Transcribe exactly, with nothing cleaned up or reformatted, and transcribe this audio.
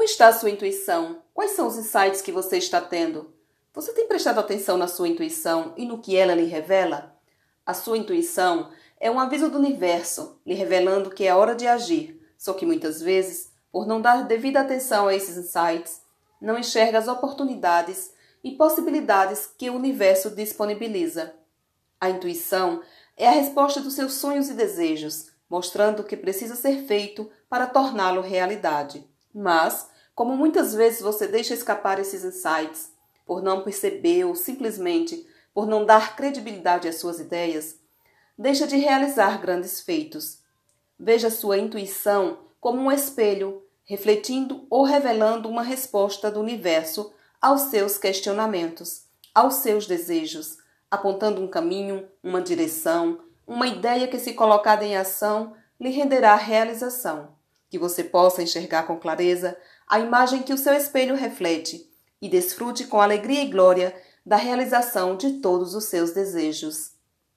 está a sua intuição? Quais são os insights que você está tendo? Você tem prestado atenção na sua intuição e no que ela lhe revela? A sua intuição é um aviso do universo, lhe revelando que é hora de agir, só que muitas vezes, por não dar devida atenção a esses insights, não enxerga as oportunidades e possibilidades que o universo disponibiliza. A intuição é a resposta dos seus sonhos e desejos, mostrando o que precisa ser feito para torná-lo realidade. Mas, como muitas vezes você deixa escapar esses insights, por não perceber ou simplesmente por não dar credibilidade às suas ideias, deixa de realizar grandes feitos. Veja sua intuição como um espelho, refletindo ou revelando uma resposta do universo aos seus questionamentos, aos seus desejos, apontando um caminho, uma direção, uma ideia que, se colocada em ação, lhe renderá realização. Que você possa enxergar com clareza a imagem que o seu espelho reflete e desfrute com alegria e glória da realização de todos os seus desejos.